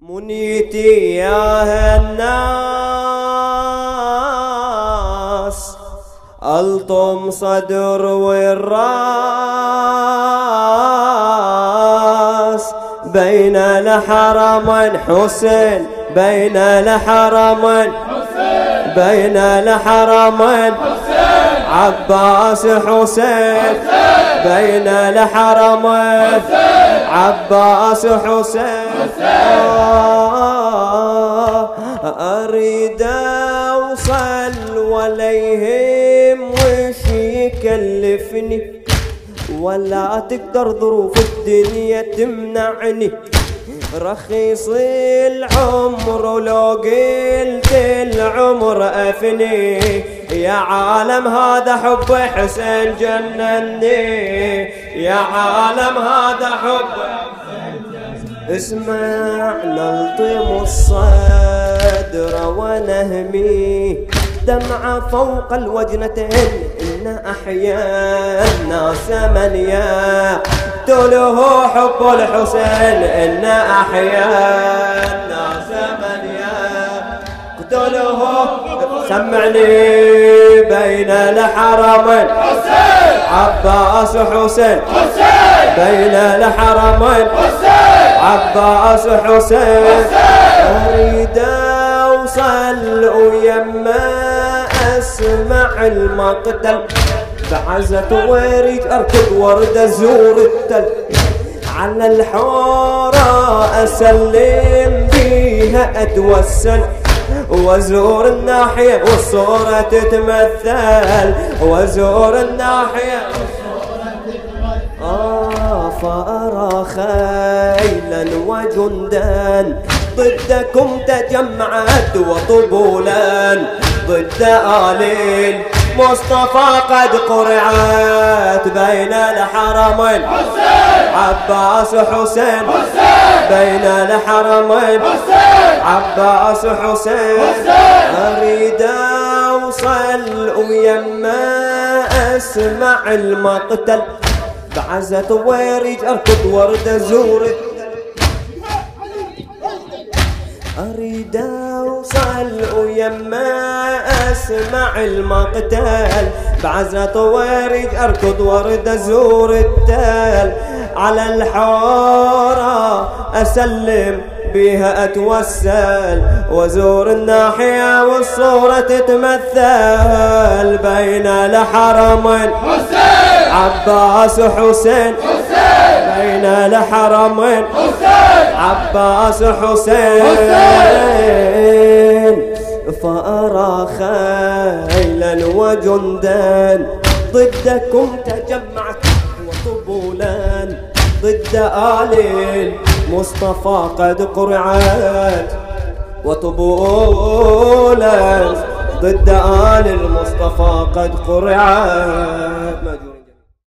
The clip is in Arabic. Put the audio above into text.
منيتي يا هالناس الطم صدر والراس بين الحرمين حسين بين الحرمين بين الحرمين عباس حسين بين الحرمين عباس حسين أريد أوصل وليهم وش يكلفني ولا تقدر ظروف الدنيا تمنعني رخيص العمر ولو قلت العمر أفني يا عالم هذا حب حسين جنني يا عالم هذا حب اسمع نلطم الصدر ونهمي دمعة فوق الوجنتين إن أحيا الناس من يقتله حب الحسين إن أحيا الناس من يقتله سمعني بين الحرمين حسين عباس حسين بين الحرمين عباس حسين أريد أوصل ويما أسمع المقتل بعزة وريج أركض ورد أزور التل على الحورة أسلم بيها أتوسل وازور الناحية والصورة تتمثل وازور الناحية فأرى خيلا وجندا ضدكم تجمعت وطبولا ضد آل مصطفى قد قرعت بين الحرمين عباس حسين بين الحرمين عباس حسين أريد أوصل ويما أسمع المقتل بعزة ويريج أركض ورد أزور أريد أوصل ويما أسمع المقتل بعزة ويريج أركض ورد أزور التل على الحورة أسلم بيها أتوسل وزور الناحية والصورة تتمثل بين الحرمين عباس حسين بين الحرمين عباس حسين فأرى خيلا وجندا ضدكم تجمعت وطبولا ضد آل مصطفى قد قرعت وطبولا ضد آل المصطفى قد قرعت